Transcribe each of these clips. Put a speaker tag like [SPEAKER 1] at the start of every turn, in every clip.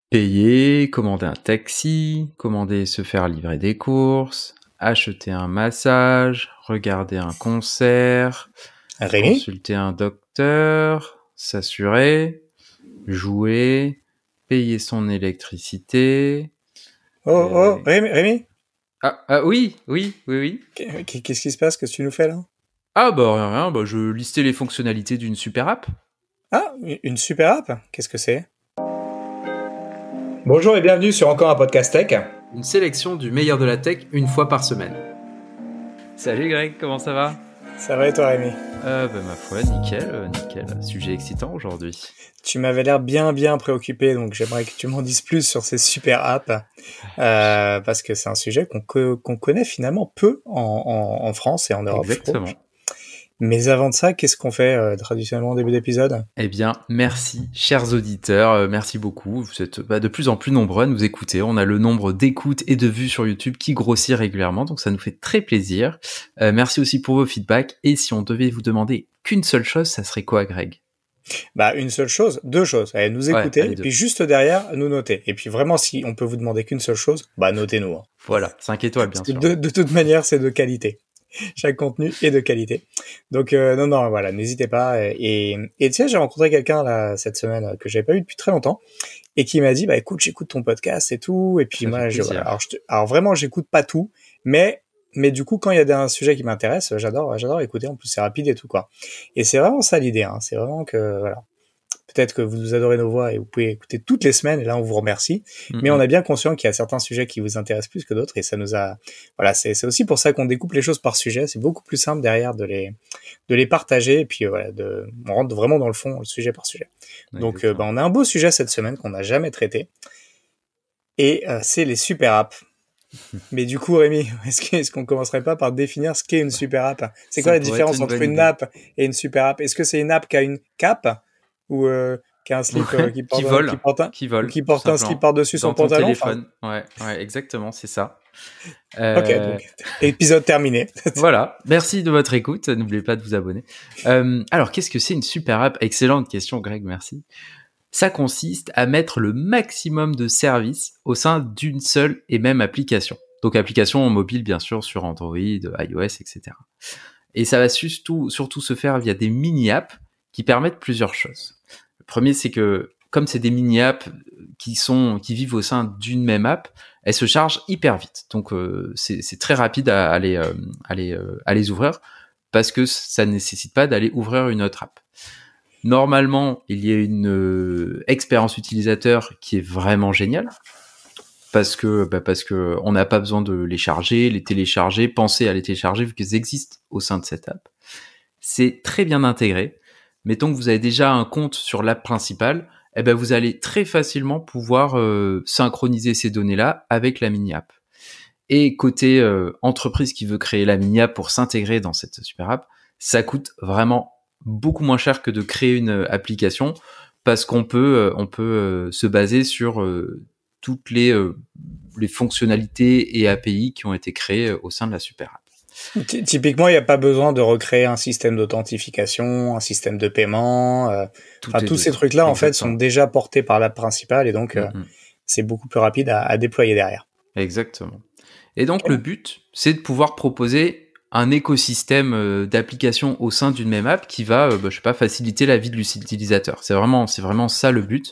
[SPEAKER 1] Payer, commander un taxi, commander se faire livrer des courses, acheter un massage, regarder un concert,
[SPEAKER 2] Rémi?
[SPEAKER 1] consulter un docteur, s'assurer, jouer, payer son électricité.
[SPEAKER 2] Rémi?
[SPEAKER 1] Oui.
[SPEAKER 2] Qu'est-ce qui se passe? Qu'est-ce que tu nous fais là?
[SPEAKER 1] Ah bah rien, bah je listais les fonctionnalités d'une super app.
[SPEAKER 2] Ah, une super app? Qu'est-ce que c'est? Bonjour et bienvenue sur encore un podcast tech.
[SPEAKER 1] Une sélection du meilleur de la tech une fois par semaine. Salut Greg, comment ça va?
[SPEAKER 2] Ça va et toi, Rémi?
[SPEAKER 1] Bah ma foi, nickel. Sujet excitant aujourd'hui.
[SPEAKER 2] Tu m'avais l'air bien préoccupé, donc j'aimerais que tu m'en dises plus sur ces super apps, parce que c'est un sujet qu'on connaît finalement peu en France et en Europe, je trouve.
[SPEAKER 1] Exactement.
[SPEAKER 2] Mais avant de ça, qu'est-ce qu'on fait traditionnellement au début d'épisode?
[SPEAKER 1] Eh bien, merci, chers auditeurs, merci beaucoup. Vous êtes de plus en plus nombreux à nous écouter. On a le nombre d'écoutes et de vues sur YouTube qui grossit régulièrement, donc ça nous fait très plaisir. Merci aussi pour vos feedbacks. Et si on devait vous demander qu'une seule chose, ça serait quoi, Greg?
[SPEAKER 2] Bah, une seule chose, deux choses. Allez, nous écouter,
[SPEAKER 1] allez,
[SPEAKER 2] et
[SPEAKER 1] deux.
[SPEAKER 2] puis juste derrière, nous noter. Et puis vraiment, si on peut vous demander qu'une seule chose, bah, notez-nous. Hein.
[SPEAKER 1] Voilà, 5 étoiles, bien sûr.
[SPEAKER 2] De toute manière, c'est de qualité. Chaque contenu est de qualité. Donc, non, voilà, n'hésitez pas. Et tu sais, j'ai rencontré quelqu'un, là, cette semaine, que j'avais pas eu depuis très longtemps, et qui m'a dit, bah, écoute, j'écoute ton podcast et tout. Et puis,
[SPEAKER 1] Ça
[SPEAKER 2] moi,
[SPEAKER 1] fait plaisir.
[SPEAKER 2] voilà. Alors vraiment, j'écoute pas tout, mais du coup, quand il y a un sujet qui m'intéresse, j'adore écouter. En plus, c'est rapide et tout, quoi. Et c'est vraiment ça l'idée, hein. C'est vraiment que, voilà. Peut-être que vous adorez nos voix et vous pouvez écouter toutes les semaines, et là, on vous remercie. Mais on est bien conscient qu'il y a certains sujets qui vous intéressent plus que d'autres, et ça nous a, voilà, c'est aussi pour ça qu'on découpe les choses par sujet. C'est beaucoup plus simple derrière de les partager, et puis, voilà, on rentre vraiment dans le fond, le sujet par sujet. Donc, on a un beau sujet cette semaine qu'on n'a jamais traité. Et, c'est les super apps. Mais du coup, Rémi, est-ce qu'on commencerait pas par définir ce qu'est une super app? C'est quoi la différence entre une app et une super app? Est-ce que c'est une app qui a une cape ou qui a un slip qui porte un slip par-dessus son pantalon?
[SPEAKER 1] Téléphone. Ouais, exactement, c'est ça.
[SPEAKER 2] Ok, donc épisode terminé.
[SPEAKER 1] Voilà, merci de votre écoute. N'oubliez pas de vous abonner. Alors, qu'est-ce que c'est une super app? Excellente question, Greg, merci. Ça consiste à mettre le maximum de services au sein d'une seule et même application. Donc application mobile, bien sûr, sur Android, iOS, etc. Et ça va surtout se faire via des mini-apps qui permettent plusieurs choses. Le premier, c'est que comme c'est des mini-apps qui vivent au sein d'une même app, elles se chargent hyper vite. Donc c'est très rapide à les ouvrir parce que ça ne nécessite pas d'aller ouvrir une autre app. Normalement, il y a une expérience utilisateur qui est vraiment géniale parce que on n'a pas besoin de les charger, les télécharger, penser à les télécharger vu qu'ils existent au sein de cette app. C'est très bien intégré. Mettons que vous avez déjà un compte sur l'app principale, vous allez très facilement pouvoir synchroniser ces données-là avec la mini-app. Et côté entreprise qui veut créer la mini-app pour s'intégrer dans cette super app, ça coûte vraiment beaucoup moins cher que de créer une application parce qu'on peut se baser sur toutes les fonctionnalités et API qui ont été créées au sein de la super app.
[SPEAKER 2] Typiquement, il n'y a pas besoin de recréer un système d'authentification, un système de paiement. Tous ces trucs-là, en fait, sont déjà portés par l'app principale et donc c'est beaucoup plus rapide à déployer derrière.
[SPEAKER 1] Exactement. Et donc, le but, c'est de pouvoir proposer un écosystème d'applications au sein d'une même app qui va, faciliter la vie de l'utilisateur. C'est vraiment ça le but.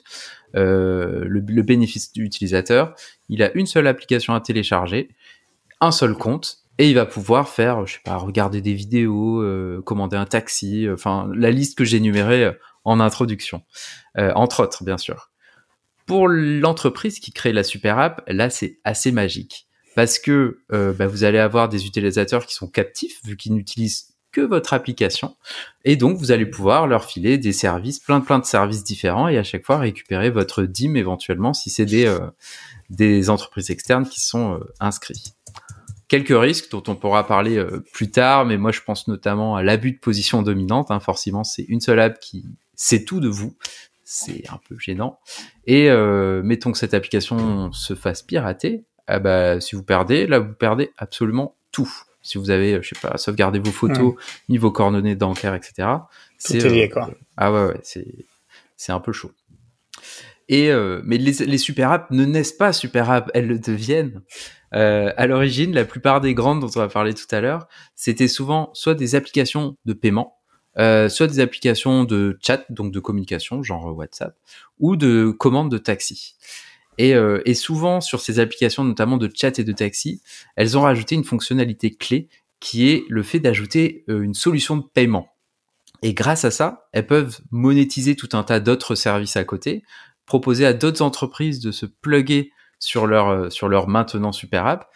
[SPEAKER 1] Le bénéfice de l'utilisateur, il a une seule application à télécharger, un seul compte, et il va pouvoir faire, regarder des vidéos, commander un taxi, la liste que j'ai énumérée en introduction, entre autres, bien sûr. Pour l'entreprise qui crée la super app, là, c'est assez magique. Parce que vous allez avoir des utilisateurs qui sont captifs, vu qu'ils n'utilisent que votre application. Et donc, vous allez pouvoir leur filer des services, plein de services différents, et à chaque fois récupérer votre DIM éventuellement, si c'est des entreprises externes qui sont inscrits. Quelques risques dont on pourra parler plus tard, mais moi je pense notamment à l'abus de position dominante. Forcément, c'est une seule app qui sait tout de vous. C'est un peu gênant. Et mettons que cette application se fasse pirater, si vous perdez, là vous perdez absolument tout. Si vous avez, sauvegardé vos photos, mis vos coordonnées bancaires, etc.
[SPEAKER 2] Tout est lié, quoi.
[SPEAKER 1] Ouais, c'est un peu chaud. Mais les super apps ne naissent pas super apps, elles le deviennent. À l'origine, la plupart des grandes dont on va parler tout à l'heure, c'était souvent soit des applications de paiement, soit des applications de chat, donc de communication, genre WhatsApp, ou de commandes de taxi. Et souvent, sur ces applications, notamment de chat et de taxi, elles ont rajouté une fonctionnalité clé qui est le fait d'ajouter une solution de paiement. Et grâce à ça, elles peuvent monétiser tout un tas d'autres services à côté, proposer à d'autres entreprises de se plugger sur leur maintenant super app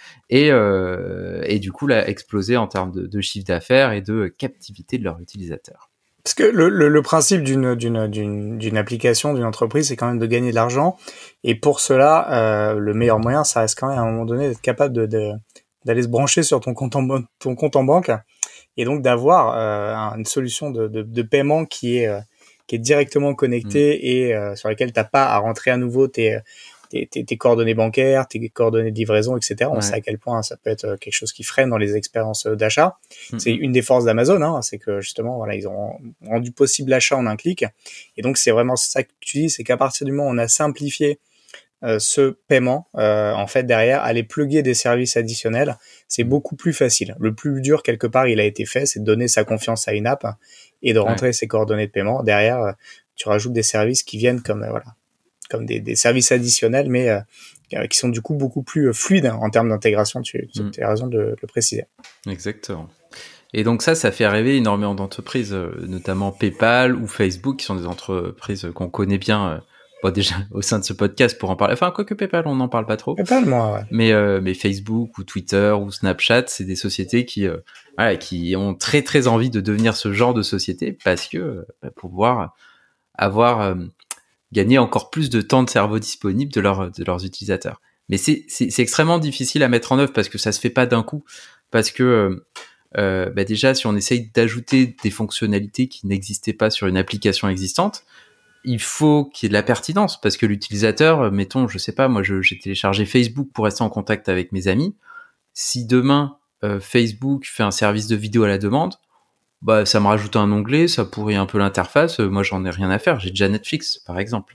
[SPEAKER 1] et du coup là exploser en termes de chiffre d'affaires et de captivité de leurs utilisateurs.
[SPEAKER 2] Parce que le principe d'une application, d'une entreprise, c'est quand même de gagner de l'argent. Et pour cela, le meilleur moyen, ça reste quand même à un moment donné d'être capable d'aller se brancher sur ton compte en banque et donc d'avoir une solution de paiement qui est directement connectée et sur laquelle t'as pas à rentrer à nouveau tes coordonnées bancaires, tes coordonnées de livraison, etc. On sait à quel point ça peut être quelque chose qui freine dans les expériences d'achat. C'est une des forces d'Amazon, hein, c'est que justement, voilà, ils ont rendu possible l'achat en un clic. Et donc, c'est vraiment ça que tu dis, c'est qu'à partir du moment où on a simplifié ce paiement, en fait, derrière, aller plugger des services additionnels, c'est beaucoup plus facile. Le plus dur, quelque part, il a été fait, c'est de donner sa confiance à une app et de rentrer ses coordonnées de paiement. Derrière, tu rajoutes des services qui viennent comme des services additionnels, mais qui sont du coup beaucoup plus fluides en termes d'intégration. Tu as raison de le préciser.
[SPEAKER 1] Exactement. Et donc ça fait rêver énormément d'entreprises, notamment PayPal ou Facebook, qui sont des entreprises qu'on connaît bien. Déjà au sein de ce podcast pour en parler. Enfin, quoique PayPal, on n'en parle pas trop.
[SPEAKER 2] PayPal, moi, ouais.
[SPEAKER 1] Mais Facebook ou Twitter ou Snapchat, c'est des sociétés qui ont très très envie de devenir ce genre de société parce que pour pouvoir avoir gagné encore plus de temps de cerveau disponible de leurs utilisateurs. Mais c'est extrêmement difficile à mettre en œuvre parce que ça se fait pas d'un coup. Parce que déjà, si on essaye d'ajouter des fonctionnalités qui n'existaient pas sur une application existante, il faut qu'il y ait de la pertinence parce que l'utilisateur, mettons, je sais pas, moi j'ai téléchargé Facebook pour rester en contact avec mes amis. Si demain Facebook fait un service de vidéo à la demande, bah ça me rajoute un onglet, ça pourrit un peu l'interface. Moi j'en ai rien à faire, j'ai déjà Netflix par exemple.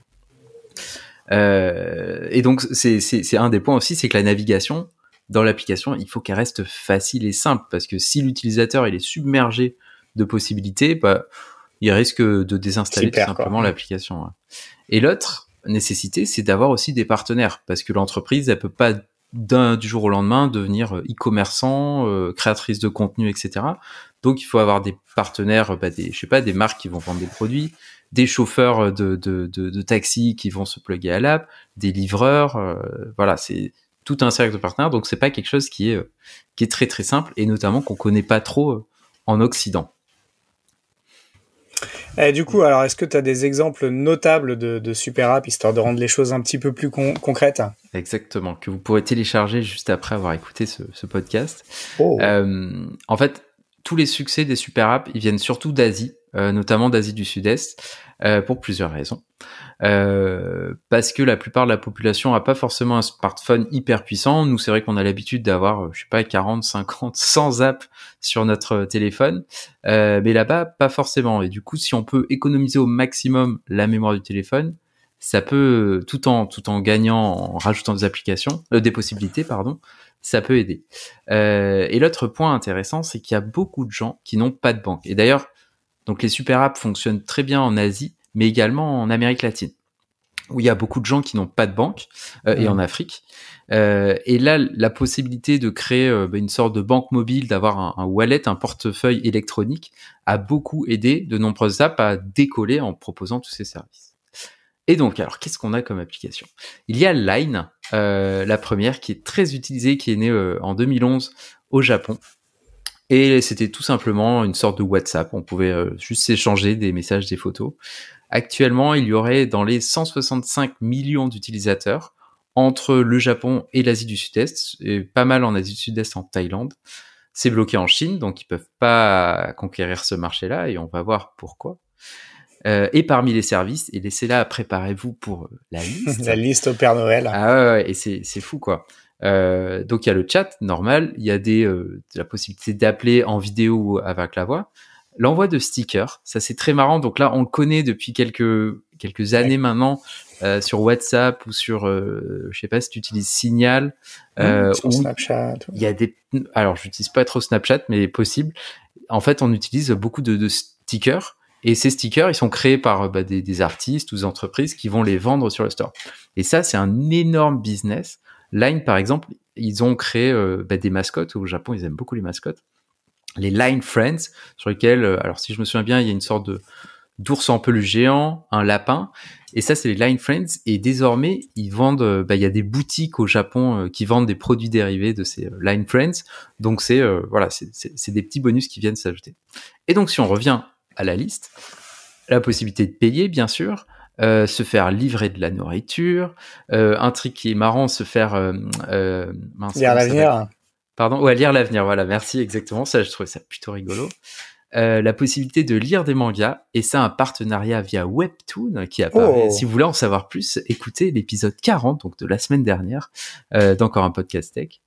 [SPEAKER 1] Et donc c'est un des points aussi, c'est que la navigation dans l'application, il faut qu'elle reste facile et simple parce que si l'utilisateur il est submergé de possibilités, bah il risque de désinstaller tout simplement l'application. Ouais. Et l'autre nécessité, c'est d'avoir aussi des partenaires, parce que l'entreprise, elle peut pas du jour au lendemain devenir e-commerçant, créatrice de contenu, etc. Donc il faut avoir des partenaires, des marques qui vont vendre des produits, des chauffeurs de taxi qui vont se plugger à l'app, des livreurs, voilà, c'est tout un cercle de partenaires. Donc c'est pas quelque chose qui est très très simple et notamment qu'on connaît pas trop en Occident.
[SPEAKER 2] Et du coup, alors, est-ce que tu as des exemples notables de super apps, histoire de rendre les choses un petit peu plus concrètes ?
[SPEAKER 1] Exactement, que vous pourrez télécharger juste après avoir écouté ce podcast.
[SPEAKER 2] Oh.
[SPEAKER 1] En fait, tous les succès des super apps, ils viennent surtout d'Asie, notamment d'Asie du Sud-Est, pour plusieurs raisons. Parce que la plupart de la population a pas forcément un smartphone hyper puissant. Nous, c'est vrai qu'on a l'habitude d'avoir, 40, 50, 100 apps sur notre téléphone. Mais là-bas, pas forcément. Et du coup, si on peut économiser au maximum la mémoire du téléphone, ça peut, tout en gagnant, en rajoutant des applications, des possibilités, pardon, ça peut aider. Et l'autre point intéressant, c'est qu'il y a beaucoup de gens qui n'ont pas de banque. Et d'ailleurs, donc les super apps fonctionnent très bien en Asie, mais également en Amérique latine, où il y a beaucoup de gens qui n'ont pas de banque, et en Afrique. Et là, la possibilité de créer une sorte de banque mobile, d'avoir un wallet, un portefeuille électronique, a beaucoup aidé de nombreuses apps à décoller en proposant tous ces services. Et donc, alors, qu'est-ce qu'on a comme application ? Il y a Line, la première, qui est très utilisée, qui est née en 2011 au Japon. Et c'était tout simplement une sorte de WhatsApp. On pouvait juste s'échanger des messages, des photos. Actuellement, il y aurait dans les 165 millions d'utilisateurs entre le Japon et l'Asie du Sud-Est, et pas mal en Asie du Sud-Est, en Thaïlande. C'est bloqué en Chine, donc ils peuvent pas conquérir ce marché-là, et on va voir pourquoi. Et parmi les services, et laissez-là, préparez-vous pour la liste.
[SPEAKER 2] La liste au Père Noël.
[SPEAKER 1] Ah ouais, et c'est fou, quoi. Donc il y a le chat normal, il y a la possibilité d'appeler en vidéo ou avec la voix, l'envoi de stickers, ça c'est très marrant. Donc là on le connaît depuis quelques années maintenant, sur WhatsApp ou sur, je sais pas si tu utilises Signal,
[SPEAKER 2] sur Snapchat.
[SPEAKER 1] Il y a alors j'utilise pas trop Snapchat, mais possible. En fait, on utilise beaucoup de stickers. Et ces stickers, ils sont créés par des artistes ou des entreprises qui vont les vendre sur le store. Et ça, c'est un énorme business. Line, par exemple, ils ont créé des mascottes. Au Japon, ils aiment beaucoup les mascottes. Les Line Friends, sur lesquels, alors si je me souviens bien, il y a une sorte d'ours en peluche géant, un lapin. Et ça, c'est les Line Friends. Et désormais, ils vendent, il y a des boutiques au Japon qui vendent des produits dérivés de ces Line Friends. Donc c'est des petits bonus qui viennent s'ajouter. Et donc, si on revient à la liste, la possibilité de payer, bien sûr, se faire livrer de la nourriture, un truc qui est marrant, se faire
[SPEAKER 2] lire l'avenir.
[SPEAKER 1] Pardon, ouais, lire l'avenir, voilà, merci, exactement, ça, je trouvais ça plutôt rigolo. La possibilité de lire des mangas, et ça, un partenariat via Webtoon qui apparaît. Si vous voulez en savoir plus, écoutez l'épisode 40, donc de la semaine dernière, d'Encore un podcast tech.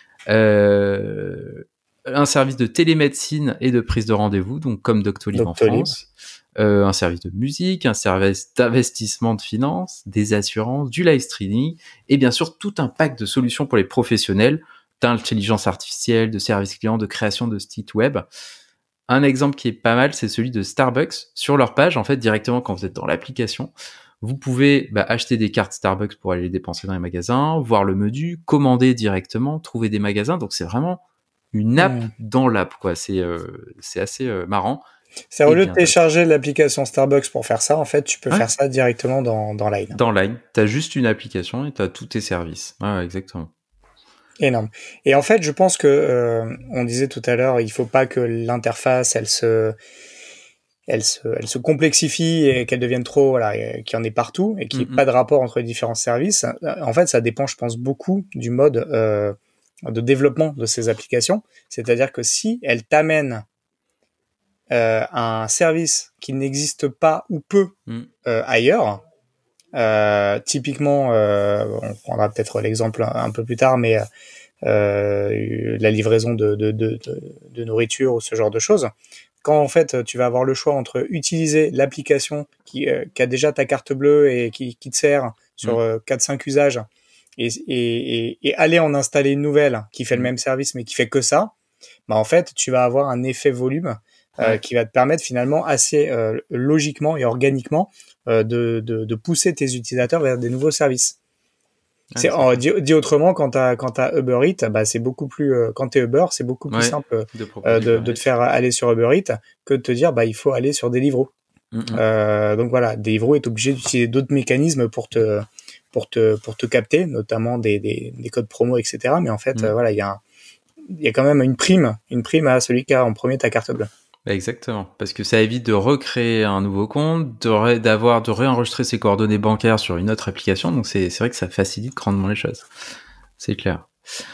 [SPEAKER 1] Un service de télémédecine et de prise de rendez-vous, donc comme Doctolib en France, un service de musique, un service d'investissement de finances, des assurances, du live streaming, et bien sûr tout un pack de solutions pour les professionnels, d'intelligence artificielle, de services clients, de création de sites web. Un exemple qui est pas mal, c'est celui de Starbucks. Sur leur page, en fait, directement quand vous êtes dans l'application, vous pouvez acheter des cartes Starbucks pour aller les dépenser dans les magasins, voir le menu, commander directement, trouver des magasins. Donc c'est vraiment une app dans l'app, quoi. C'est assez marrant.
[SPEAKER 2] C'est au lieu de télécharger l'application Starbucks pour faire ça, en fait, tu peux faire ça directement dans Line.
[SPEAKER 1] Dans Line, t'as juste une application et t'as tous tes services. Ouais, exactement.
[SPEAKER 2] Énorme. Et en fait, je pense que on disait tout à l'heure, il faut pas que l'interface, elle se complexifie et qu'elle devienne trop, voilà, qu'il y en ait partout et qu'il n'y ait pas de rapport entre les différents services. En fait, ça dépend, je pense, beaucoup du mode de développement de ces applications. C'est-à-dire que si elle t'amène un service qui n'existe pas ou peu ailleurs, typiquement, on prendra peut-être l'exemple un peu plus tard, mais la livraison de nourriture ou ce genre de choses. Quand en fait tu vas avoir le choix entre utiliser l'application qui a déjà ta carte bleue et qui te sert sur 4-5 usages et aller en installer une nouvelle qui fait le même service mais qui fait que ça, en fait tu vas avoir un effet volume qui va te permettre finalement assez logiquement et organiquement de pousser tes utilisateurs vers des nouveaux services. Dit autrement, quand t'as Uber Eats, c'est beaucoup plus quand t'es Uber, c'est beaucoup plus simple de te faire aller sur Uber Eats que de te dire il faut aller sur Deliveroo. Donc voilà, Deliveroo est obligé d'utiliser d'autres mécanismes pour te capter, notamment des codes promo, etc. Mais en fait, voilà, il y a quand même une prime à celui qui a en premier ta carte bleue.
[SPEAKER 1] Exactement, parce que ça évite de recréer un nouveau compte, de réenregistrer ses coordonnées bancaires sur une autre application, donc c'est vrai que ça facilite grandement les choses. C'est clair.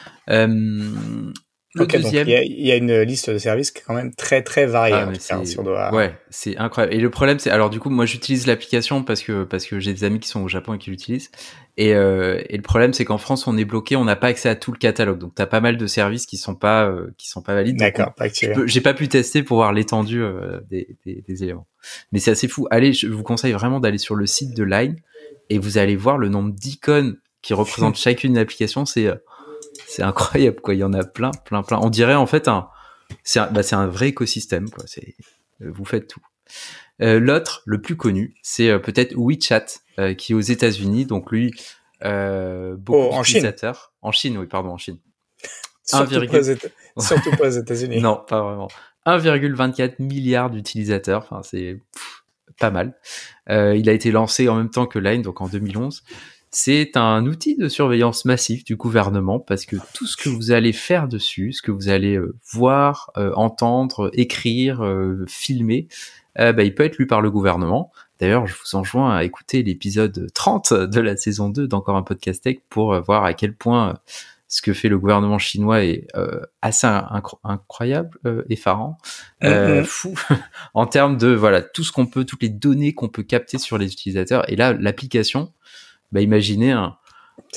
[SPEAKER 1] Le deuxième...
[SPEAKER 2] donc il y a une liste de services qui est quand même très très variée.
[SPEAKER 1] Ouais, c'est incroyable. Et le problème, c'est alors du coup, moi j'utilise l'application parce que j'ai des amis qui sont au Japon et qui l'utilisent. Et le problème, c'est qu'en France, on est bloqué, on n'a pas accès à tout le catalogue. Donc t'as pas mal de services qui sont pas valides.
[SPEAKER 2] D'accord, pas activé.
[SPEAKER 1] J'ai pas pu tester pour voir l'étendue des éléments. Mais c'est assez fou. Allez, je vous conseille vraiment d'aller sur le site de Line et vous allez voir le nombre d'icônes qui représentent chacune application. C'est incroyable, quoi. Il y en a plein. On dirait en fait c'est un vrai écosystème, quoi. Vous faites tout. L'autre, le plus connu, c'est peut-être WeChat, qui est aux États-Unis. Donc lui, beaucoup d'utilisateurs. En Chine, oui, pardon, en Chine.
[SPEAKER 2] Surtout pas aux États-Unis.
[SPEAKER 1] Non, pas vraiment. 1,24 milliard d'utilisateurs. Enfin, c'est pas mal. Il a été lancé en même temps que Line, donc en 2011. C'est un outil de surveillance massif du gouvernement parce que tout ce que vous allez faire dessus, ce que vous allez voir, entendre, écrire, filmer, il peut être lu par le gouvernement. D'ailleurs, je vous enjoins à écouter l'épisode 30 de la saison 2 d'Encore un podcast tech pour voir à quel point ce que fait le gouvernement chinois est assez incroyable, effarant, fou, en termes de tout ce qu'on peut, toutes les données qu'on peut capter sur les utilisateurs. Et là, l'application, imaginez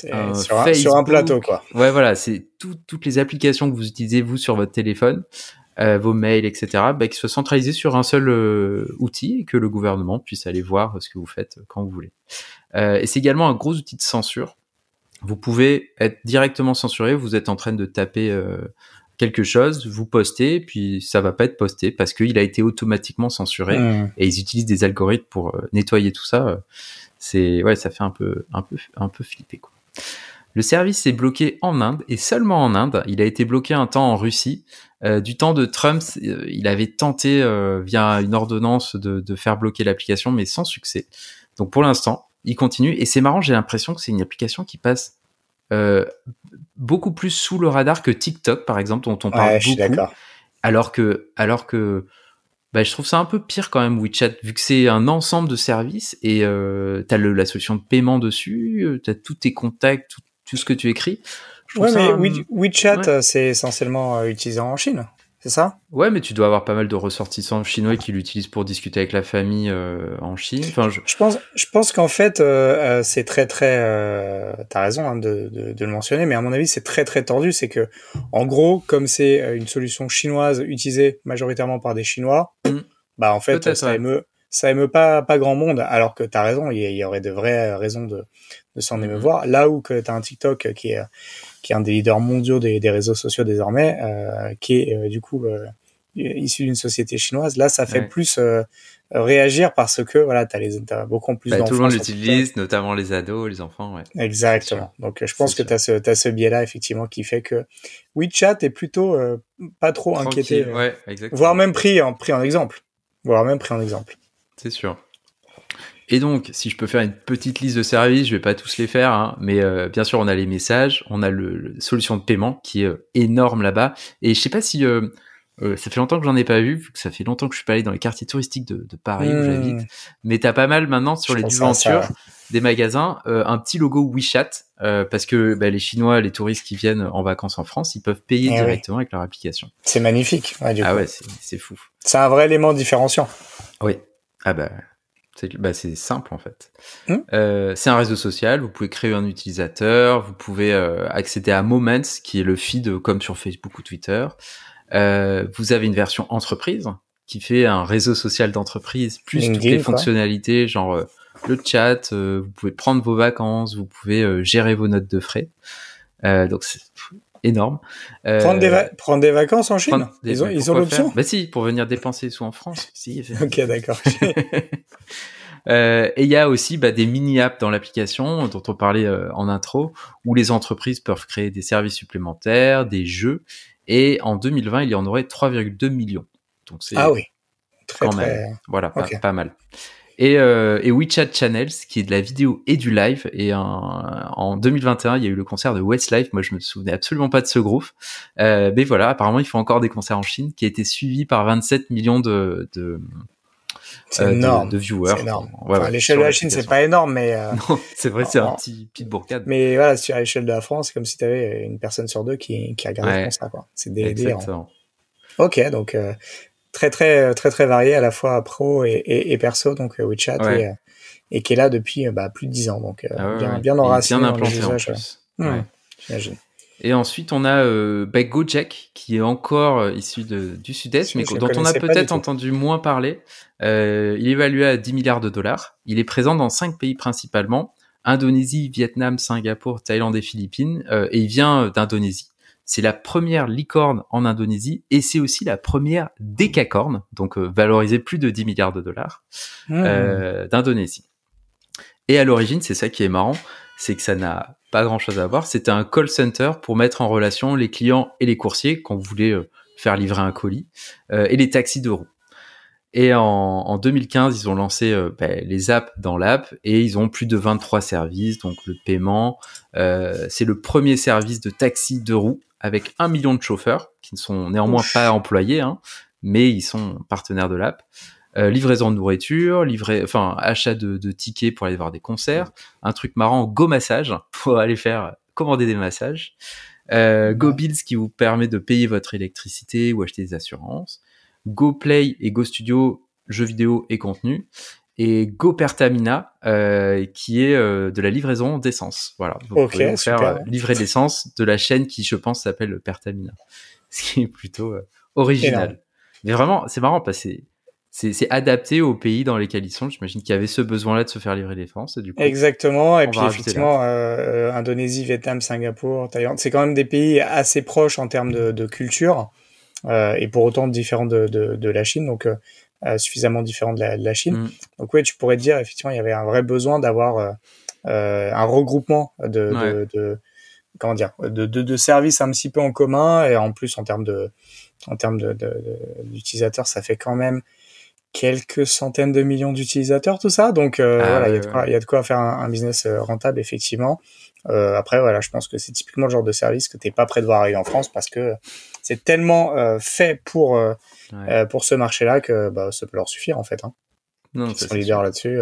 [SPEAKER 2] sur un plateau, quoi.
[SPEAKER 1] Ouais, voilà, c'est toutes les applications que vous utilisez vous sur votre téléphone. vos mails, etc., bah, qui soit centralisé sur un seul outil et que le gouvernement puisse aller voir ce que vous faites quand vous voulez. Et c'est également un gros outil de censure. Vous pouvez être directement censuré, vous êtes en train de taper quelque chose, vous postez, puis ça va pas être posté parce qu'il a été automatiquement censuré et ils utilisent des algorithmes pour nettoyer tout ça. Ça fait un peu flipper, quoi. Le service est bloqué en Inde et seulement en Inde. Il a été bloqué un temps en Russie. Du temps de Trump, il avait tenté via une ordonnance de faire bloquer l'application, mais sans succès. Donc pour l'instant, il continue. Et c'est marrant, j'ai l'impression que c'est une application qui passe beaucoup plus sous le radar que TikTok, par exemple, dont on parle
[SPEAKER 2] je suis
[SPEAKER 1] beaucoup.
[SPEAKER 2] d'accord.
[SPEAKER 1] Alors que je trouve ça un peu pire quand même, WeChat, vu que c'est un ensemble de services et t'as la solution de paiement dessus, t'as tous tes contacts, tout ce que tu écris.
[SPEAKER 2] WeChat, c'est essentiellement utilisé en Chine, c'est ça?
[SPEAKER 1] Ouais, mais tu dois avoir pas mal de ressortissants chinois qui l'utilisent pour discuter avec la famille en Chine. Enfin,
[SPEAKER 2] je pense qu'en fait, c'est très t'as raison hein, de le mentionner, mais à mon avis, c'est très tordu. C'est que, en gros, comme c'est une solution chinoise utilisée majoritairement par des Chinois, bah en fait, ça émeut pas grand monde. Alors que t'as raison, il y aurait de vraies raisons de s'en émeuvoir. Là où que t'as un TikTok qui est un des leaders mondiaux des réseaux sociaux désormais, qui est du coup issu d'une société chinoise. Là, ça fait plus réagir parce que voilà, t'as beaucoup plus d'enfants.
[SPEAKER 1] Tout le monde l'utilise, notamment les ados, les enfants. Ouais.
[SPEAKER 2] Exactement. Donc, je pense que t'as ce biais-là effectivement qui fait que WeChat est plutôt pas trop
[SPEAKER 1] tranquille,
[SPEAKER 2] inquiété, voire même pris en exemple.
[SPEAKER 1] C'est sûr. Et donc, si je peux faire une petite liste de services, je vais pas tous les faire, hein, mais bien sûr, on a les messages, on a le solution de paiement qui est énorme là-bas. Et je sais pas si ça fait longtemps que j'en ai pas vu que ça fait longtemps que je suis pas allé dans les quartiers touristiques de Paris où j'habite. Mais t'as pas mal maintenant sur les devantures des magasins un petit logo WeChat parce que les Chinois, les touristes qui viennent en vacances en France, ils peuvent payer directement avec leur application.
[SPEAKER 2] C'est magnifique. Ouais, du coup.
[SPEAKER 1] C'est fou.
[SPEAKER 2] C'est un vrai élément différenciant.
[SPEAKER 1] Oui. C'est simple en fait. C'est un réseau social, vous pouvez créer un utilisateur, vous pouvez accéder à Moments, qui est le feed comme sur Facebook ou Twitter. Vous avez une version entreprise qui fait un réseau social d'entreprise plus LinkedIn, toutes les fonctionnalités, genre le chat, vous pouvez prendre vos vacances, vous pouvez gérer vos notes de frais. Donc c'est énorme.
[SPEAKER 2] Prendre des vacances en Chine, ils ont l'option.
[SPEAKER 1] Bah si, pour venir dépenser sous en France. Si.
[SPEAKER 2] Ok, d'accord.
[SPEAKER 1] Et il y a aussi des mini-apps dans l'application dont on parlait en intro, où les entreprises peuvent créer des services supplémentaires, des jeux. Et en 2020, il y en aurait 3,2 millions. Donc c'est voilà, pas mal. Et WeChat Channels, qui est de la vidéo et du live. Et en 2021, il y a eu le concert de Westlife. Moi, je me souvenais absolument pas de ce groupe. Mais voilà, apparemment, ils font encore des concerts en Chine, qui a été suivi par 27 millions de viewers.
[SPEAKER 2] C'est énorme. À l'échelle de la Chine, c'est pas énorme, mais
[SPEAKER 1] non, c'est vrai, c'est un petit bourgade.
[SPEAKER 2] Mais voilà, à l'échelle de la France, c'est comme si tu avais une personne sur deux qui regardait ça, quoi. C'est délirant. Ok, donc très varié à la fois pro et perso, donc WeChat et qui est là depuis plus de 10 ans, donc bien enraciné
[SPEAKER 1] dans les usages.
[SPEAKER 2] J'imagine.
[SPEAKER 1] Et ensuite, on a Gojek, qui est encore issu du Sud-Est, mais dont on a peut-être entendu moins parler. Il est évalué à 10 milliards de dollars. Il est présent dans 5 pays principalement, Indonésie, Vietnam, Singapour, Thaïlande et Philippines, et il vient d'Indonésie. C'est la première licorne en Indonésie, et c'est aussi la première décacorne, donc valorisée plus de 10 milliards de dollars, d'Indonésie. Et à l'origine, c'est ça qui est marrant, c'est que ça n'a pas grand-chose à voir. C'était un call center pour mettre en relation les clients et les coursiers quand vous voulez faire livrer un colis, et les taxis de roues. Et en 2015, ils ont lancé les apps dans l'app et ils ont plus de 23 services. Donc le paiement, c'est le premier service de taxi de roues avec 1 million de chauffeurs qui ne sont néanmoins pas employés, hein, mais ils sont partenaires de l'app. Livraison de nourriture, achat de tickets pour aller voir des concerts. Un truc marrant, Go Massage pour aller commander des massages. Go Bills qui vous permet de payer votre électricité ou acheter des assurances. Go Play et Go Studio, jeux vidéo et contenu. Et Go Pertamina, qui est de la livraison d'essence. Voilà. Vous pouvez vous faire livrer d'essence de la chaîne qui, je pense, s'appelle Pertamina. Ce qui est plutôt
[SPEAKER 2] Énorme.
[SPEAKER 1] original. Mais vraiment, c'est marrant parce que c'est adapté aux pays dans lesquels ils sont. J'imagine qu'il y avait ce besoin-là de se faire livrer des France, et du coup,
[SPEAKER 2] Exactement. Et
[SPEAKER 1] on va
[SPEAKER 2] puis
[SPEAKER 1] rajouter l'app.
[SPEAKER 2] effectivement, Indonésie, Vietnam, Singapour, Thaïlande, c'est quand même des pays assez proches en termes de culture, et pour autant différents de la Chine, donc suffisamment différents de la Chine.
[SPEAKER 1] Mm.
[SPEAKER 2] Donc oui, tu pourrais te dire effectivement, il y avait un vrai besoin d'avoir un regroupement
[SPEAKER 1] Ouais.
[SPEAKER 2] comment dire, de services un petit peu en commun, et en plus en termes d'utilisateurs, ça fait quand même quelques centaines de millions d'utilisateurs, tout ça. Donc
[SPEAKER 1] Ah
[SPEAKER 2] voilà,
[SPEAKER 1] ouais, ouais.
[SPEAKER 2] il y a de quoi faire un business rentable, effectivement. Après, voilà, je pense que c'est typiquement le genre de service que t'es pas prêt de voir arriver en France, parce que c'est tellement fait
[SPEAKER 1] Ouais.
[SPEAKER 2] pour ce marché-là que bah, ça peut leur suffire, en fait. Hein.
[SPEAKER 1] Non,
[SPEAKER 2] Puis ils
[SPEAKER 1] ça
[SPEAKER 2] sont
[SPEAKER 1] c'est sûr.
[SPEAKER 2] leaders là-dessus.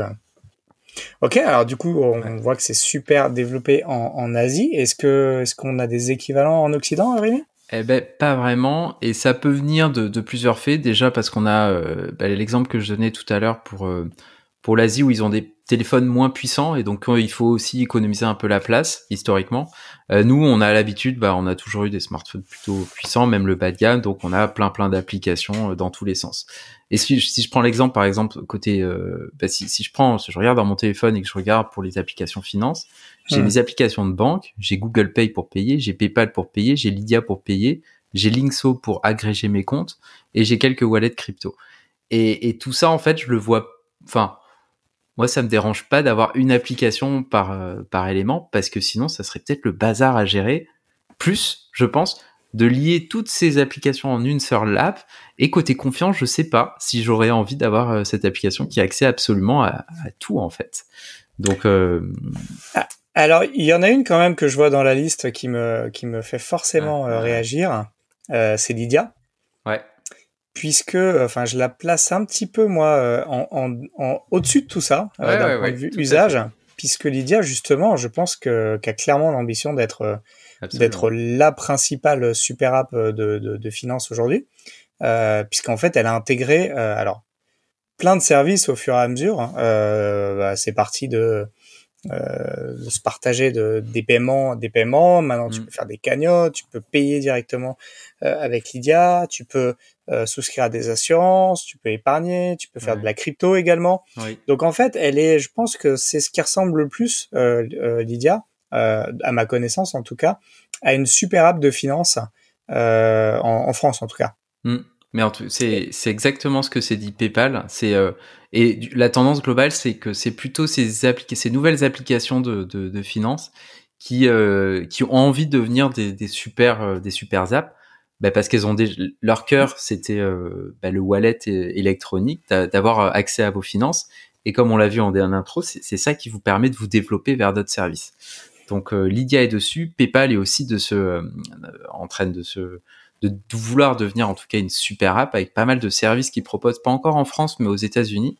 [SPEAKER 2] Ok, alors du coup,
[SPEAKER 1] Ouais.
[SPEAKER 2] on voit que c'est super développé en Asie. Est-ce qu'on a des équivalents en Occident, Rémi?
[SPEAKER 1] Eh ben, pas vraiment, et ça peut venir de plusieurs faits. Déjà parce qu'on a l'exemple que je donnais tout à l'heure pour l'Asie, où ils ont des téléphones moins puissants, et donc il faut aussi économiser un peu la place historiquement. Nous, on a l'habitude, on a toujours eu des smartphones plutôt puissants, même le bas de gamme, donc on a plein d'applications dans tous les sens. Et si je prends l'exemple, par exemple, côté, si je regarde dans mon téléphone et que je regarde pour les applications finance, j'ai mes applications de banque, j'ai Google Pay pour payer, j'ai PayPal pour payer, j'ai Lydia pour payer, j'ai Linkso pour agréger mes comptes, et j'ai quelques wallets crypto. Et tout ça, en fait, je le vois, enfin, moi, ça me dérange pas d'avoir une application par élément, parce que sinon, ça serait peut-être le bazar à gérer. Plus, je pense, de lier toutes ces applications en une seule app. Et côté confiance, je sais pas si j'aurais envie d'avoir cette application qui a accès absolument à tout, en fait. Donc,
[SPEAKER 2] Ah, alors, il y en a une quand même que je vois dans la liste qui me fait
[SPEAKER 1] ah,
[SPEAKER 2] forcément
[SPEAKER 1] ouais,
[SPEAKER 2] réagir. C'est Lydia,
[SPEAKER 1] ouais,
[SPEAKER 2] puisque, enfin, je la place un petit peu, moi, au-dessus de tout ça, d'un point de
[SPEAKER 1] ouais,
[SPEAKER 2] vue
[SPEAKER 1] tout à
[SPEAKER 2] usage,
[SPEAKER 1] fait,
[SPEAKER 2] puisque Lydia, justement, je pense qu'a clairement l'ambition d'être
[SPEAKER 1] absolument.
[SPEAKER 2] la principale super app de finance aujourd'hui, puisqu'en fait, elle a intégré, alors, plein de services au fur et à mesure. Hein. C'est parti de se partager des paiements. Maintenant, tu
[SPEAKER 1] Mm,
[SPEAKER 2] peux faire des cagnottes, tu peux payer directement avec Lydia, tu peux souscrire à des assurances, tu peux épargner, tu peux faire de
[SPEAKER 1] ouais,
[SPEAKER 2] la crypto également.
[SPEAKER 1] oui.
[SPEAKER 2] Donc en fait, je pense que c'est ce qui ressemble le plus, Lydia, à ma connaissance en tout cas, à une super app de finance en France en tout cas.
[SPEAKER 1] Mm. Mais
[SPEAKER 2] Et-
[SPEAKER 1] c'est exactement ce que s'est dit PayPal. La tendance globale, c'est que c'est plutôt ces nouvelles applications de finance qui ont envie de devenir des super apps, parce qu'elles ont leur cœur, c'était le wallet électronique, d'avoir accès à vos finances. Et comme on l'a vu en intro, c'est ça qui vous permet de vous développer vers d'autres services. Donc Lydia est dessus, PayPal est aussi en train de vouloir devenir en tout cas une super app avec pas mal de services qu'ils proposent, pas encore en France, mais aux États-Unis.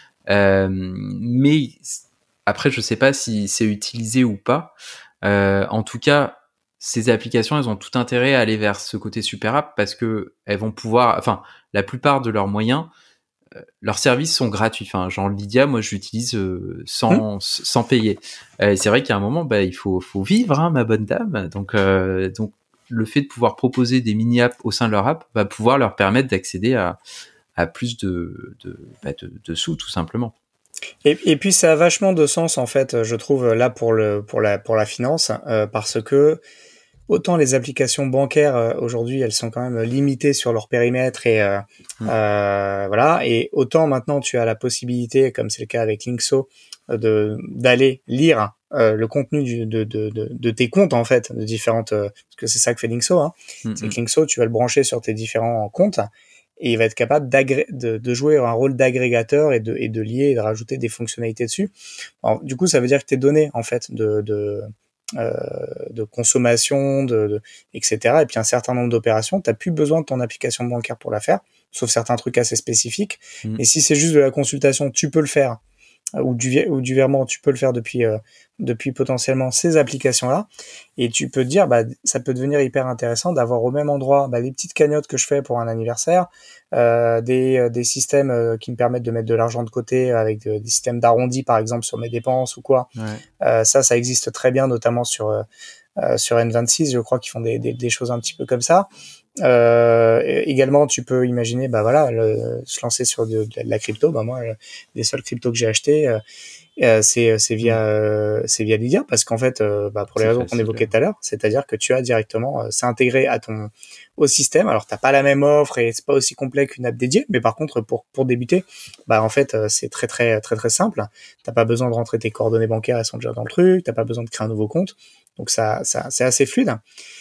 [SPEAKER 1] Mais après, je sais pas si c'est utilisé ou pas. En tout cas, ces applications, elles ont tout intérêt à aller vers ce côté super app, parce que elles vont pouvoir, enfin, la plupart de leurs moyens, leurs services sont gratuits. Enfin, genre Lydia, moi, je l'utilise
[SPEAKER 2] Hmm.
[SPEAKER 1] sans payer. C'est vrai qu'à un moment, il faut vivre, hein, ma bonne dame. Donc, le fait de pouvoir proposer des mini-apps au sein de leur app va pouvoir leur permettre d'accéder à plus de sous, tout simplement.
[SPEAKER 2] Et puis ça a vachement de sens en fait, je trouve là pour la finance, parce que autant les applications bancaires aujourd'hui elles sont quand même limitées sur leur périmètre
[SPEAKER 1] Mm.
[SPEAKER 2] voilà, et autant maintenant tu as la possibilité, comme c'est le cas avec Linkso, de d'aller lire le contenu de tes comptes en fait, de différentes parce que c'est ça que fait Linkso, hein.
[SPEAKER 1] Mm,
[SPEAKER 2] C'est que
[SPEAKER 1] mm.
[SPEAKER 2] Linkso tu vas le brancher sur tes différents comptes et il va être capable de jouer un rôle d'agrégateur et de lier et de rajouter des fonctionnalités dessus. Alors, du coup, ça veut dire que tes données, en fait, euh, de consommation, etc., et puis un certain nombre d'opérations, tu n'as plus besoin de ton application bancaire pour la faire, sauf certains trucs assez spécifiques.
[SPEAKER 1] Mm.
[SPEAKER 2] Et si c'est juste de la consultation, tu peux le faire, ou du virement, tu peux le faire depuis potentiellement ces applications-là. Et tu peux te dire, ça peut devenir hyper intéressant d'avoir au même endroit les petites cagnottes que je fais pour un anniversaire, des systèmes qui me permettent de mettre de l'argent de côté avec des systèmes d'arrondi, par exemple, sur mes dépenses ou quoi.
[SPEAKER 1] Ouais.
[SPEAKER 2] Ça existe très bien, notamment sur N26, je crois qu'ils font des choses un petit peu comme ça. Également, tu peux imaginer, se lancer sur de la crypto. Moi, les seuls cryptos que j'ai achetés, c'est via Lydia, parce qu'en fait, pour les raisons qu'on évoquait tout à l'heure, c'est-à-dire que tu as directement, c'est intégré au système. Alors, t'as pas la même offre et c'est pas aussi complet qu'une app dédiée, mais par contre, pour débuter, en fait, c'est très très très très simple. T'as pas besoin de rentrer tes coordonnées bancaires, elles sont déjà dans le truc. T'as pas besoin de créer un nouveau compte, donc ça c'est assez fluide.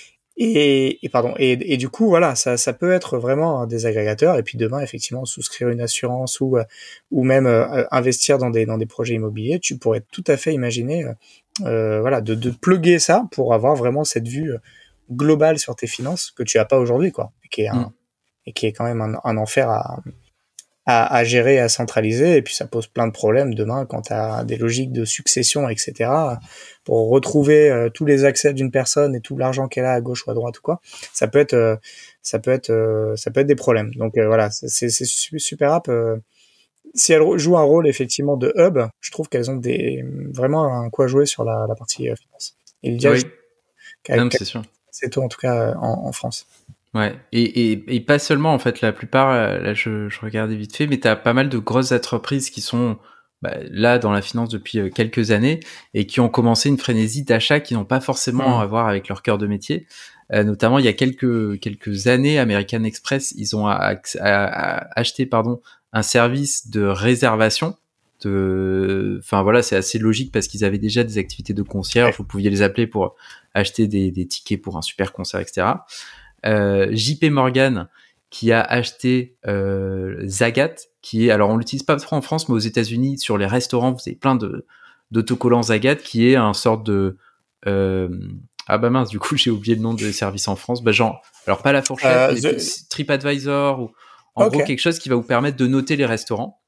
[SPEAKER 2] Et du coup, voilà, ça peut être vraiment un des agrégateurs. Et puis demain, effectivement, souscrire une assurance ou même investir dans des projets immobiliers, tu pourrais tout à fait imaginer, de plugger ça pour avoir vraiment cette vue globale sur tes finances que tu as pas aujourd'hui, quoi, et qui est quand même un enfer à gérer, à centraliser, et puis ça pose plein de problèmes demain quand tu as des logiques de succession, etc. Pour retrouver tous les accès d'une personne et tout l'argent qu'elle a à gauche ou à droite ou quoi, ça peut être des problèmes. Donc voilà, c'est super app. Si elles jouent un rôle effectivement de hub, je trouve qu'elles ont vraiment un quoi jouer sur la partie finance. Et
[SPEAKER 1] oui. C'est sûr.
[SPEAKER 2] C'est tout en tout cas en France.
[SPEAKER 1] Ouais, et pas seulement en fait, la plupart, là je regardais vite fait, mais t'as pas mal de grosses entreprises qui sont là dans la finance depuis quelques années et qui ont commencé une frénésie d'achat qui n'ont pas forcément à voir avec leur cœur de métier. Notamment il y a quelques années, American Express, ils ont acheté un service de réservation. Enfin voilà, c'est assez logique parce qu'ils avaient déjà des activités de concierge. Vous pouviez les appeler pour acheter des tickets pour un super concert, etc. JP Morgan qui a acheté Zagat, qui est, alors on l'utilise pas trop en France, mais aux États-Unis sur les restaurants vous avez plein d'autocollants Zagat, qui est un sorte de du coup j'ai oublié le nom de service en France, genre alors pas la fourchette, mais TripAdvisor ou en gros quelque chose qui va vous permettre de noter les restaurants.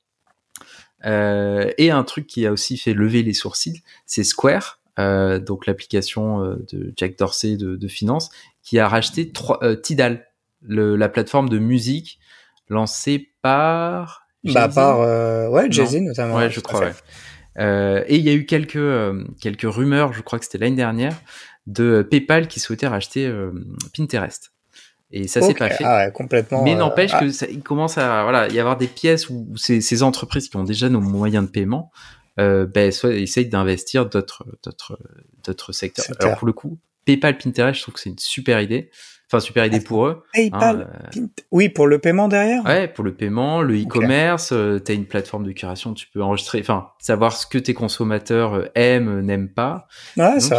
[SPEAKER 1] Et un truc qui a aussi fait lever les sourcils, c'est Square, donc l'application de Jack Dorsey de finance, qui a racheté Tidal, la plateforme de musique lancée par Jay-Z.
[SPEAKER 2] Jay-Z notamment.
[SPEAKER 1] Ouais, je crois. Ouais. Et il y a eu quelques rumeurs, je crois que c'était l'année dernière, de PayPal qui souhaitait racheter Pinterest. Et ça s'est pas fait.
[SPEAKER 2] Ah ouais, complètement.
[SPEAKER 1] Mais n'empêche que il commence à y avoir des pièces où ces entreprises qui ont déjà nos moyens de paiement soit essayent d'investir d'autres secteurs. Alors pour le coup, PayPal, Pinterest, je trouve que c'est une super idée. Enfin, super idée pour eux.
[SPEAKER 2] PayPal, oui, pour le paiement derrière.
[SPEAKER 1] Ouais, pour le paiement, le e-commerce, t'as une plateforme de curation, tu peux enregistrer, enfin, savoir ce que tes consommateurs aiment, n'aiment pas.
[SPEAKER 2] Ouais,
[SPEAKER 1] donc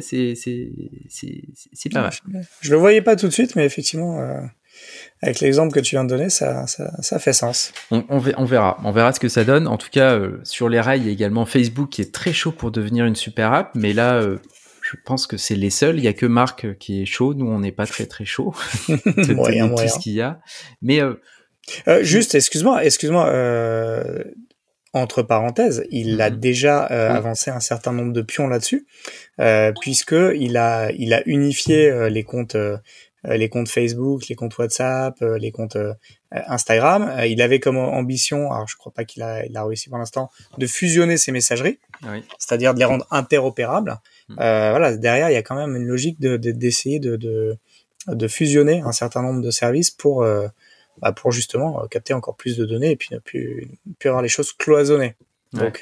[SPEAKER 2] c'est
[SPEAKER 1] pas mal.
[SPEAKER 2] Je le voyais pas tout de suite, mais effectivement, avec l'exemple que tu viens de donner, ça fait sens.
[SPEAKER 1] On verra ce que ça donne. En tout cas, sur les rails, il y a également Facebook qui est très chaud pour devenir une super app, mais là, je pense que c'est les seuls. Il y a que Marc qui est chaud. Nous, on n'est pas très très chaud.
[SPEAKER 2] moyen.
[SPEAKER 1] Tout ce qu'il y a. Mais
[SPEAKER 2] juste, excuse-moi. Entre parenthèses, il a déjà avancé un certain nombre de pions là-dessus, puisque il a unifié les comptes Facebook, les comptes WhatsApp, les comptes Instagram. Il avait comme ambition, alors je crois pas qu'il a réussi pour l'instant, de fusionner ces messageries, c'est-à-dire de les rendre interopérables. Derrière, il y a quand même une logique d'essayer de fusionner un certain nombre de services pour justement capter encore plus de données et puis ne plus avoir les choses cloisonnées. Donc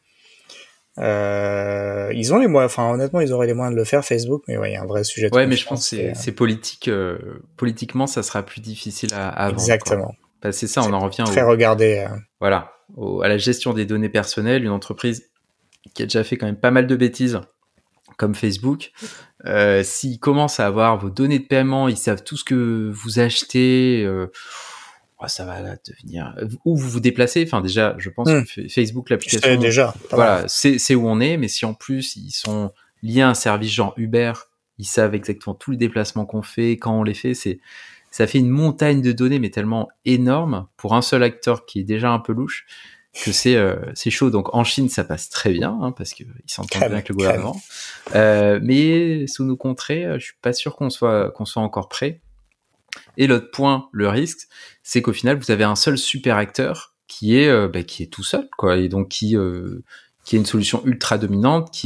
[SPEAKER 2] ils ont les moyens, enfin honnêtement ils auraient les moyens de le faire, Facebook, mais il y a un vrai sujet de
[SPEAKER 1] mais je pense que c'est politique, politiquement ça sera plus difficile à vendre.
[SPEAKER 2] Exactement.
[SPEAKER 1] C'est ça, on en revient
[SPEAKER 2] très regardé.
[SPEAKER 1] Voilà, à la gestion des données personnelles, une entreprise qui a déjà fait quand même pas mal de bêtises comme Facebook, s'ils commencent à avoir vos données de paiement, ils savent tout ce que vous achetez, ça va devenir où vous vous déplacez. Enfin déjà, je pense que Facebook, l'application, c'est où on est. Mais si en plus ils sont liés à un service genre Uber, ils savent exactement tous les déplacements qu'on fait, quand on les fait. Ça fait une montagne de données, mais tellement énorme pour un seul acteur qui est déjà un peu louche que c'est chaud. Donc en Chine, ça passe très bien parce que ils s'entendent bien avec le gouvernement. Mais sous nos contrées, je suis pas sûr qu'on soit encore prêt. Et l'autre point, le risque, c'est qu'au final, vous avez un seul super acteur qui est tout seul, quoi, et donc qui est une solution ultra dominante, qui est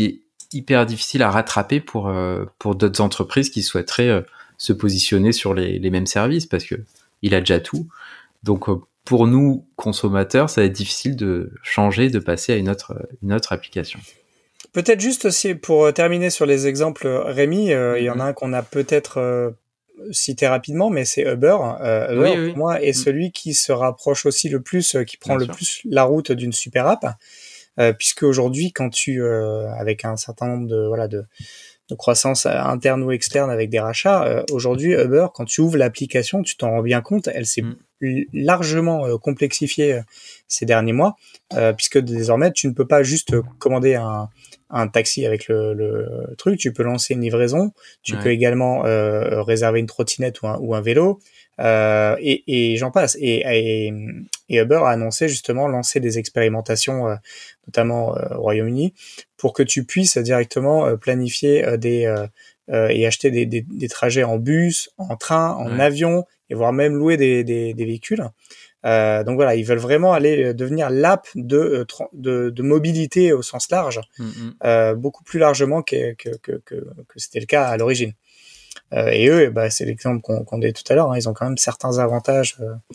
[SPEAKER 1] hyper difficile à rattraper pour d'autres entreprises qui souhaiteraient se positionner sur les mêmes services parce que il a déjà tout. Donc pour nous consommateurs, ça va être difficile de changer, de passer à une autre application.
[SPEAKER 2] Peut-être juste aussi pour terminer sur les exemples, Rémi, il y en a un qu'on a peut-être cité rapidement, mais c'est Uber. Uber, pour moi, est celui qui se rapproche aussi le plus, qui prend le plus la route d'une super app, puisque aujourd'hui, quand tu, avec un certain nombre de croissance interne ou externe avec des rachats, aujourd'hui, Uber, quand tu ouvres l'application, tu t'en rends bien compte, elle s'est largement complexifiée ces derniers mois, puisque désormais, tu ne peux pas juste commander un taxi avec le truc, tu peux lancer une livraison, tu peux également réserver une trottinette ou un vélo, et j'en passe. Et Uber a annoncé justement lancer des expérimentations, notamment au Royaume-Uni, pour que tu puisses directement planifier et acheter des trajets en bus, en train, en avion, et voire même louer des véhicules. Donc voilà, ils veulent vraiment aller devenir l'app de mobilité au sens large, beaucoup plus largement que c'était le cas à l'origine. Et eux, c'est l'exemple qu'on dit tout à l'heure, hein, ils ont quand même certains avantages,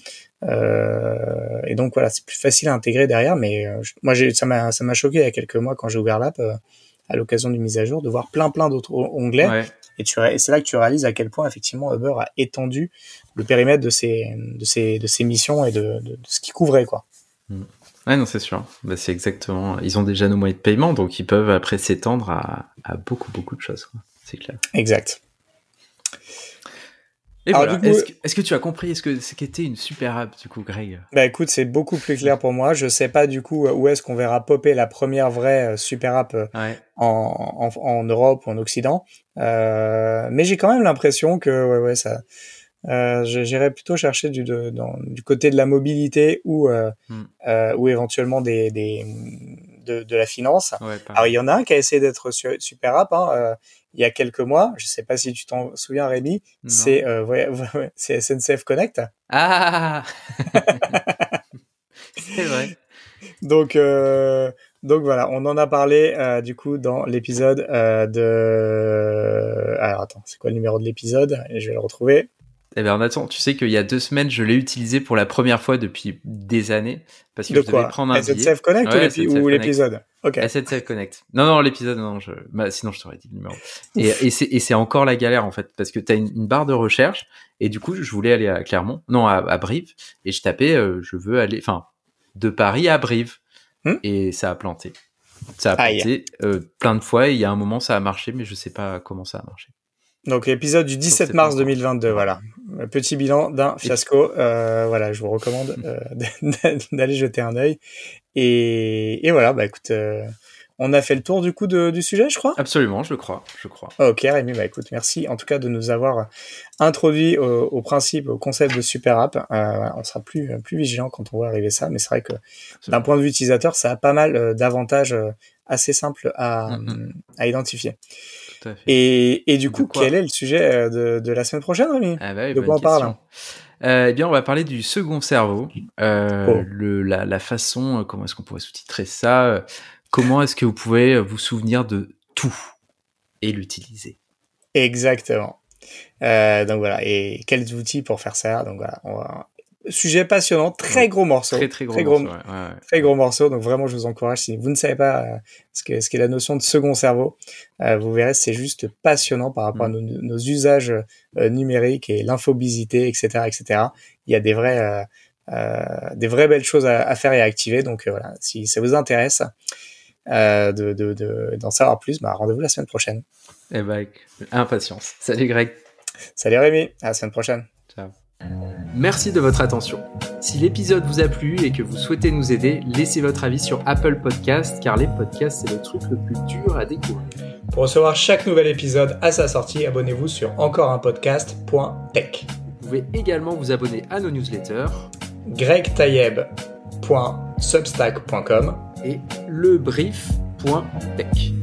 [SPEAKER 2] et donc voilà, c'est plus facile à intégrer derrière. Mais moi, ça m'a choqué il y a quelques mois quand j'ai ouvert l'app à l'occasion d'une mise à jour, de voir plein d'autres onglets. Et c'est là que tu réalises à quel point effectivement Uber a étendu le périmètre de ses missions et de ce qu'il couvrait, quoi.
[SPEAKER 1] Ouais, non, c'est sûr. C'est exactement. Ils ont déjà nos moyens de paiement, donc ils peuvent après s'étendre à beaucoup de choses, quoi. C'est clair.
[SPEAKER 2] Exact.
[SPEAKER 1] Et alors, voilà. Du coup, est-ce que tu as compris ce qu'était une super app, du coup, Greg?
[SPEAKER 2] Écoute, c'est beaucoup plus clair pour moi. Je sais pas du coup où est-ce qu'on verra popper la première vraie super app en Europe ou en Occident. Mais j'ai quand même l'impression que ça. J'irais plutôt chercher du côté de la mobilité ou éventuellement de la finance. Alors il y en a un qui a essayé d'être super app, il y a quelques mois, je sais pas si tu t'en souviens, Rémi, c'est SNCF Connect.
[SPEAKER 1] Ah. C'est vrai.
[SPEAKER 2] Donc voilà, on en a parlé du coup dans l'épisode alors attends, c'est quoi le numéro de l'épisode? Je vais le retrouver.
[SPEAKER 1] Eh ben Nathan, tu sais qu'il y a 2 semaines, je l'ai utilisé pour la première fois depuis des années parce que je devais prendre un billet.
[SPEAKER 2] SNCF Connect ou l'épisode?
[SPEAKER 1] Ok. SNCF Connect. Non, l'épisode, non, sinon je t'aurais dit le numéro. Et c'est encore la galère en fait parce que t'as une barre de recherche et du coup je voulais aller à Clermont, non à Brive, et je tapais je veux aller, de Paris à Brive, et ça a planté. Ça a planté plein de fois et il y a un moment ça a marché, mais je sais pas comment ça a marché.
[SPEAKER 2] Donc l'épisode du 17 mars 2022, voilà. Petit bilan d'un fiasco. Voilà, je vous recommande d'aller jeter un œil. Et voilà, écoute, on a fait le tour du coup du sujet, je crois.
[SPEAKER 1] Absolument, je crois.
[SPEAKER 2] Ok, Rémi, écoute, merci en tout cas de nous avoir introduit au principe, au concept de super app. On sera plus vigilant quand on voit arriver ça, mais c'est vrai que d'un point de vue utilisateur, ça a pas mal d'avantages assez simples à identifier. Et du coup, quel est le sujet de la semaine prochaine, Rémi?
[SPEAKER 1] De quoi on parle? Eh bien, on va parler du second cerveau. La façon, comment est-ce qu'on pourrait sous-titrer ça? Comment est-ce que vous pouvez vous souvenir de tout et l'utiliser?
[SPEAKER 2] Exactement. Donc voilà. Et quels outils pour faire ça? Donc voilà. Sujet passionnant, très gros morceau.
[SPEAKER 1] Très gros
[SPEAKER 2] morceau. Donc vraiment, je vous encourage. Si vous ne savez pas ce qu'est la notion de second cerveau, vous verrez, c'est juste passionnant par rapport à nos usages numériques et l'infobésité, etc., etc. Il y a des vraies belles choses à faire et à activer. Donc voilà, si ça vous intéresse d'en savoir plus, rendez-vous la semaine prochaine.
[SPEAKER 1] Impatience. Salut Greg.
[SPEAKER 2] Salut Rémi. À la semaine prochaine.
[SPEAKER 1] Ciao. Merci de votre attention. Si l'épisode vous a plu et que vous souhaitez nous aider, laissez votre avis sur Apple Podcast, car les podcasts, c'est le truc le plus dur à découvrir.
[SPEAKER 2] Pour recevoir chaque nouvel épisode à sa sortie, abonnez-vous sur encoreunpodcast.tech.
[SPEAKER 1] Vous pouvez également vous abonner à nos newsletters
[SPEAKER 2] gregtayeb.substack.com
[SPEAKER 1] et lebrief.tech.